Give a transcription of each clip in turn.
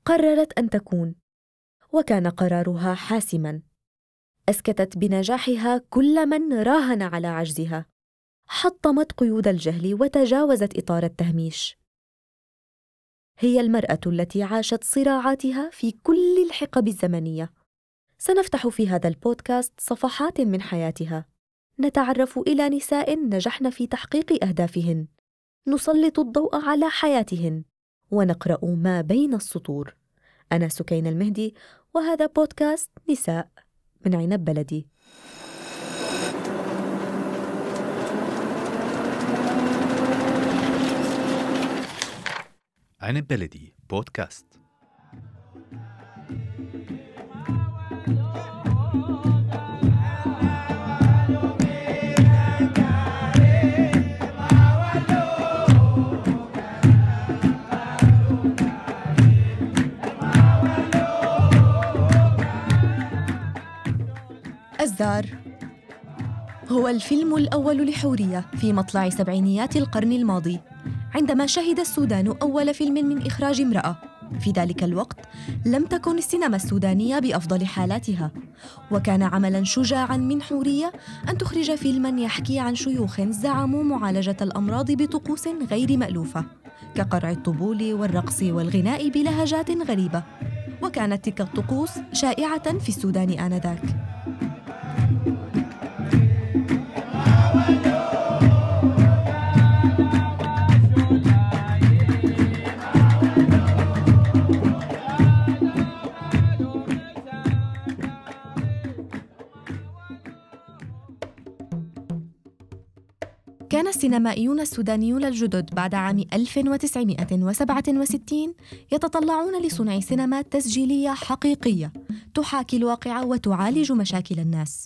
قررت أن تكون، وكان قرارها حاسماً. أسكتت بنجاحها كل من راهن على عجزها، حطمت قيود الجهل وتجاوزت إطار التهميش. هي المرأة التي عاشت صراعاتها في كل الحقب الزمنية. سنفتح في هذا البودكاست صفحات من حياتها، نتعرف إلى نساء نجحن في تحقيق أهدافهن، نسلط الضوء على حياتهن، ونقرأ ما بين السطور. أنا سكينة المهدي، وهذا بودكاست نساء من عنب بلدي. عنب بلدي بودكاست. الزار هو الفيلم الأول لحورية في مطلع سبعينيات القرن الماضي، عندما شهد السودان أول فيلم من إخراج امرأة. في ذلك الوقت لم تكن السينما السودانية بأفضل حالاتها، وكان عملاً شجاعاً من حورية أن تخرج فيلماً يحكي عن شيوخ زعموا معالجة الأمراض بطقوس غير مألوفة، كقرع الطبول والرقص والغناء بلهجات غريبة. وكانت تلك الطقوس شائعة في السودان آنذاك. كان السينمائيون السودانيون الجدد بعد عام 1967 يتطلعون لصنع سينما تسجيلية حقيقية تحاكي الواقع وتعالج مشاكل الناس.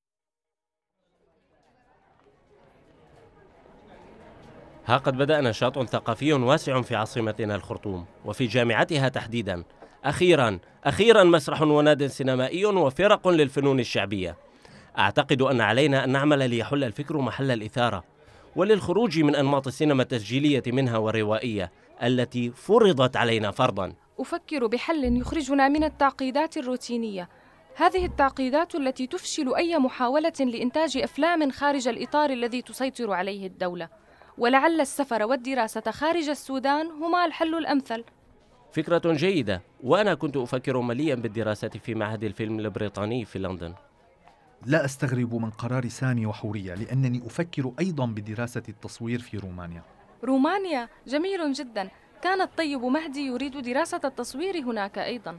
ها قد بدأ نشاط ثقافي واسع في عاصمتنا الخرطوم وفي جامعتها تحديداً. أخيراً مسرح وناد سينمائي وفرق للفنون الشعبية. أعتقد أن علينا أن نعمل ليحل الفكر محل الإثارة، وللخروج من أنماط السينما التسجيلية منها والروائية التي فرضت علينا فرضاً. أفكر بحل يخرجنا من التعقيدات الروتينية، هذه التعقيدات التي تفشل أي محاولة لإنتاج أفلام خارج الإطار الذي تسيطر عليه الدولة. ولعل السفر والدراسة خارج السودان هما الحل الأمثل. فكرة جيدة، وأنا كنت أفكر مليا بالدراسة في معهد الفيلم البريطاني في لندن. لا أستغرب من قرار سامي وحورية، لأنني أفكر أيضا بدراسة التصوير في رومانيا. رومانيا جميل جدا، كان الطيب مهدي يريد دراسة التصوير هناك أيضا.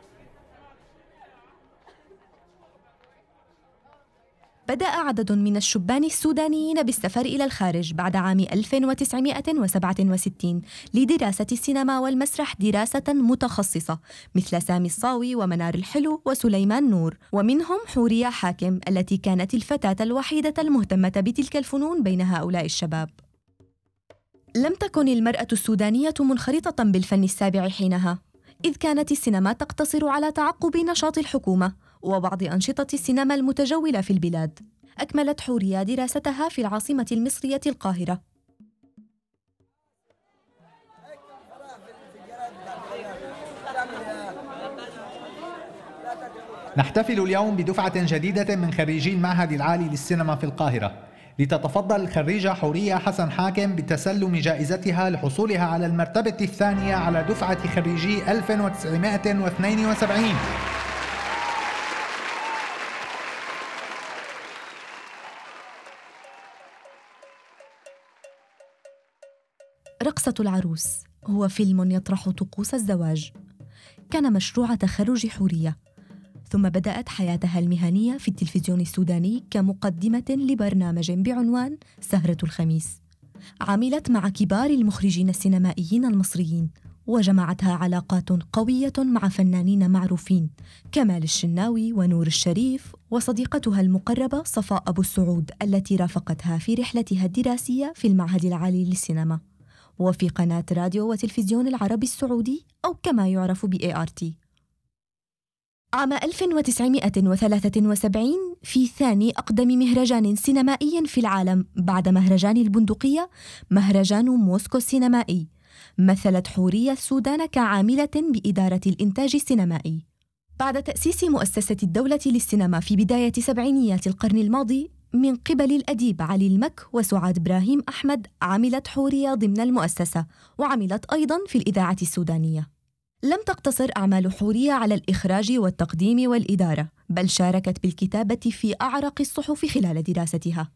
بدأ عدد من الشبان السودانيين بالسفر إلى الخارج بعد عام 1967 لدراسة السينما والمسرح دراسة متخصصة، مثل سامي الصاوي ومنار الحلو وسليمان نور، ومنهم حورية حاكم التي كانت الفتاة الوحيدة المهتمة بتلك الفنون بين هؤلاء الشباب. لم تكن المرأة السودانية منخرطة بالفن السابع حينها، إذ كانت السينما تقتصر على تعقب نشاط الحكومة وبعض أنشطة السينما المتجولة في البلاد. أكملت حورية دراستها في العاصمة المصرية القاهرة. نحتفل اليوم بدفعة جديدة من خريجي المعهد العالي للسينما في القاهرة، لتتفضل الخريجة حورية حسن حاكم بتسلم جائزتها لحصولها على المرتبة الثانية على دفعة خريجي 1972. رقصة العروس هو فيلم يطرح طقوس الزواج. كان مشروع تخرج حورية، ثم بدأت حياتها المهنية في التلفزيون السوداني كمقدمة لبرنامج بعنوان سهرة الخميس. عملت مع كبار المخرجين السينمائيين المصريين، وجمعتها علاقات قوية مع فنانين معروفين كمال الشناوي ونور الشريف، وصديقتها المقربة صفاء أبو السعود التي رافقتها في رحلتها الدراسية في المعهد العالي للسينما وفي قناة راديو وتلفزيون العربي السعودي، أو كما يعرف ب ART. عام 1973 في ثاني أقدم مهرجان سينمائي في العالم بعد مهرجان البندقية، مهرجان موسكو السينمائي، مثلت حورية السودان كعاملة بإدارة الإنتاج السينمائي. بعد تأسيس مؤسسة الدولة للسينما في بداية سبعينيات القرن الماضي من قبل الأديب علي المك وسعاد إبراهيم أحمد، عملت حورية ضمن المؤسسة وعملت أيضاً في الإذاعة السودانية. لم تقتصر أعمال حورية على الإخراج والتقديم والإدارة، بل شاركت بالكتابة في أعرق الصحف خلال دراستها.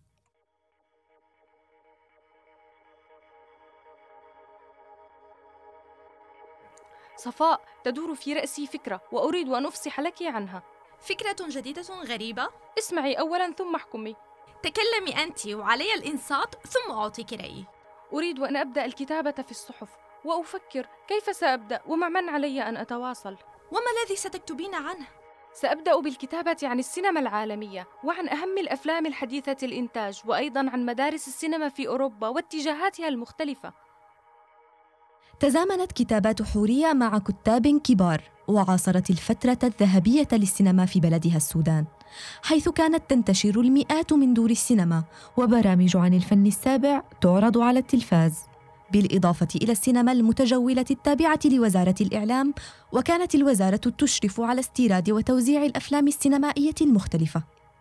صفاء، تدور في رأسي فكرة وأريد أن أفصح لك عنها. فكرة جديدة غريبة؟ اسمعي أولاً ثم احكمي. تكلمي أنت وعلي الإنصات ثم أعطيك رأيي. أريد أن أبدأ الكتابة في الصحف وأفكر كيف سأبدأ ومع من علي أن أتواصل. وما الذي ستكتبين عنه؟ سأبدأ بالكتابة عن السينما العالمية وعن أهم الأفلام الحديثة الإنتاج، وأيضاً عن مدارس السينما في أوروبا واتجاهاتها المختلفة. تزامنت كتابات حورية مع كتاب كبار وعاصرت الفترة الذهبية للسينما في بلدها السودان، حيث كانت تنتشر المئات من دور السينما وبرامج عن الفن السابع تعرض على التلفاز، بالإضافة إلى السينما المتجولة التابعة لوزارة الإعلام، وكانت الوزارة تشرف على استيراد وتوزيع الأفلام السينمائية المختلفة.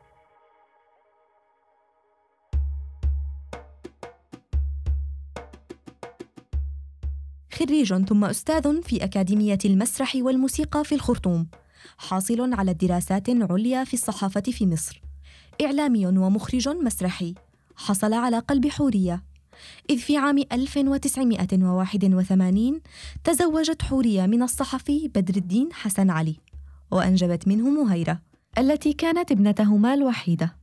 خريج ثم أستاذ في أكاديمية المسرح والموسيقى في الخرطوم، حاصل على دراسات عليا في الصحافة في مصر، إعلامي ومخرج مسرحي، حصل على قلب حورية، إذ في عام 1981 تزوجت حورية من الصحفي بدر الدين حسن علي، وأنجبت منه مهيرة التي كانت ابنتهما الوحيدة.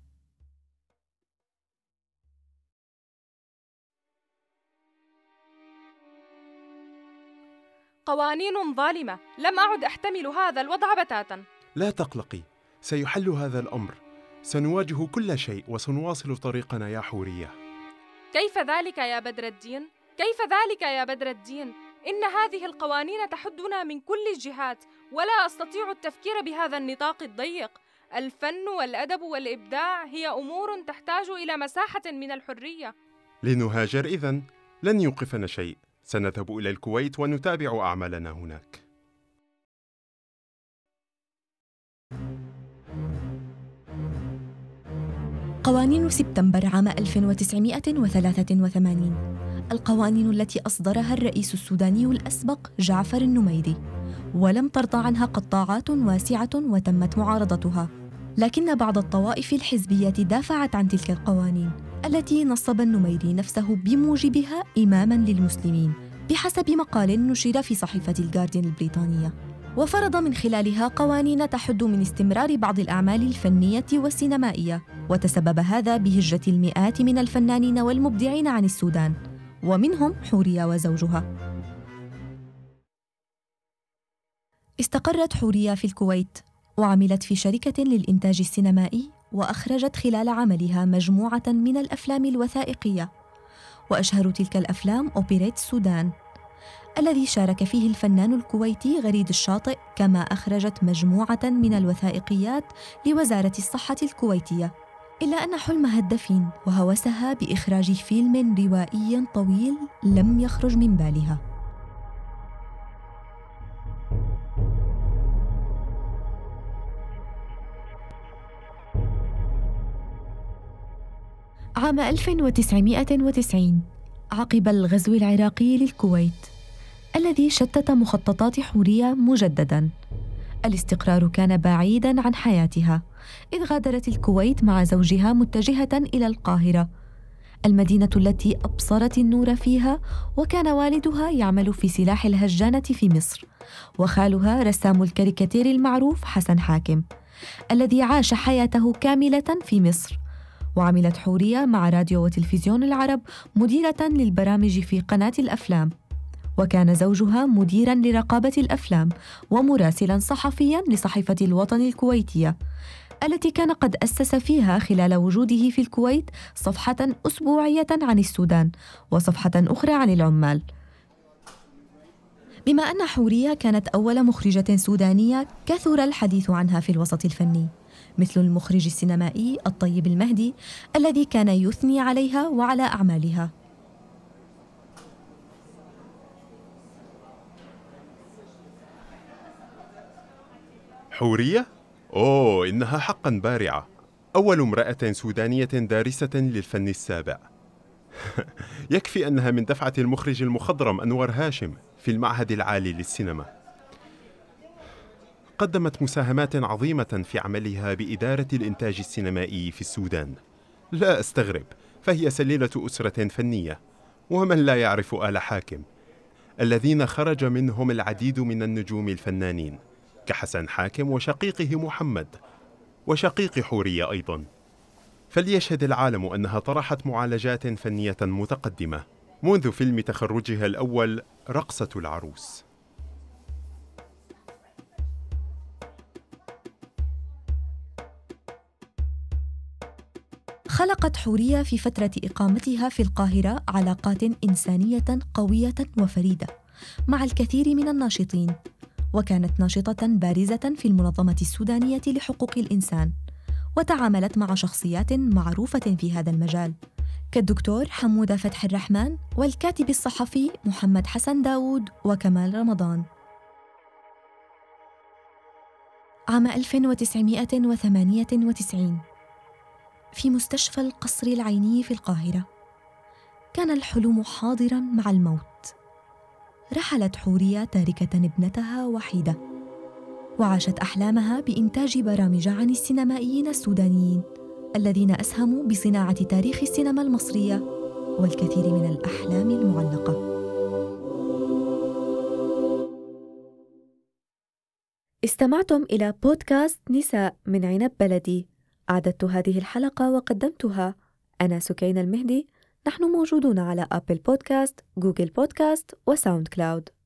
قوانين ظالمة، لم أعد أحتمل هذا الوضع بتاتا. لا تقلقي، سيحل هذا الأمر. سنواجه كل شيء وسنواصل طريقنا يا حورية. كيف ذلك يا بدر الدين؟ كيف ذلك يا بدر الدين؟ إن هذه القوانين تحدنا من كل الجهات، ولا أستطيع التفكير بهذا النطاق الضيق. الفن والأدب والإبداع هي أمور تحتاج إلى مساحة من الحرية. لنهاجر إذن، لن يوقفنا شيء. سنذهب إلى الكويت ونتابع أعمالنا هناك. قوانين سبتمبر عام 1983، القوانين التي أصدرها الرئيس السوداني الأسبق جعفر النميري، ولم ترضى عنها قطاعات واسعة وتمت معارضتها، لكن بعض الطوائف الحزبية دافعت عن تلك القوانين التي نصب النميري نفسه بموجبها إماماً للمسلمين بحسب مقال نشر في صحيفة الجارديان البريطانية، وفرض من خلالها قوانين تحد من استمرار بعض الأعمال الفنية والسينمائية، وتسبب هذا بهجرة المئات من الفنانين والمبدعين عن السودان، ومنهم حورية وزوجها. استقرت حورية في الكويت وعملت في شركة للإنتاج السينمائي، وأخرجت خلال عملها مجموعة من الأفلام الوثائقية، وأشهر تلك الأفلام أوبريت السودان الذي شارك فيه الفنان الكويتي غريد الشاطئ، كما أخرجت مجموعة من الوثائقيات لوزارة الصحة الكويتية، إلا أن حلمها الدفين وهوسها بإخراج فيلم روائي طويل لم يخرج من بالها. عام 1990 عقب الغزو العراقي للكويت الذي شتت مخططات حورية مجدداً، الاستقرار كان بعيداً عن حياتها، إذ غادرت الكويت مع زوجها متجهة إلى القاهرة، المدينة التي أبصرت النور فيها، وكان والدها يعمل في سلاح الهجانة في مصر، وخالها رسام الكاريكاتير المعروف حسن حاكم الذي عاش حياته كاملة في مصر. وعملت حورية مع راديو وتلفزيون العرب مديرة للبرامج في قناة الأفلام، وكان زوجها مديراً لرقابة الأفلام ومراسلاً صحفياً لصحيفة الوطن الكويتية التي كان قد أسس فيها خلال وجوده في الكويت صفحة أسبوعية عن السودان وصفحة أخرى عن العمال. بما أن حورية كانت أول مخرجة سودانية كثر الحديث عنها في الوسط الفني، مثل المخرج السينمائي الطيب المهدي الذي كان يثني عليها وعلى أعمالها. حورية؟ أوه، إنها حقاً بارعة. أول امرأة سودانية دارسة للفن السابع. يكفي أنها من دفعة المخرج المخضرم أنور هاشم في المعهد العالي للسينما. قدمت مساهمات عظيمة في عملها بإدارة الإنتاج السينمائي في السودان. لا أستغرب، فهي سليلة أسرة فنية. ومن لا يعرف آل حاكم الذين خرج منهم العديد من النجوم الفنانين كحسن حاكم وشقيقه محمد وشقيق حورية أيضاً. فليشهد العالم أنها طرحت معالجات فنية متقدمة منذ فيلم تخرجها الأول رقصة العروس. خلقت حورية في فترة إقامتها في القاهرة علاقات إنسانية قوية وفريدة مع الكثير من الناشطين، وكانت ناشطة بارزة في المنظمة السودانية لحقوق الإنسان، وتعاملت مع شخصيات معروفة في هذا المجال كالدكتور حمودة فتح الرحمن والكاتب الصحفي محمد حسن داود وكمال رمضان. عام 1998 في مستشفى القصر العيني في القاهرة كان الحلم حاضراً مع الموت. رحلت حورية تاركة ابنتها وحيدة، وعاشت أحلامها بإنتاج برامج عن السينمائيين السودانيين الذين أسهموا بصناعة تاريخ السينما المصرية والكثير من الأحلام المعلقة. استمعتم إلى بودكاست نساء من عنب بلدي. أعددت هذه الحلقة وقدمتها أنا سكينة المهدي. نحن موجودون على أبل بودكاست، جوجل بودكاست وساوند كلاود.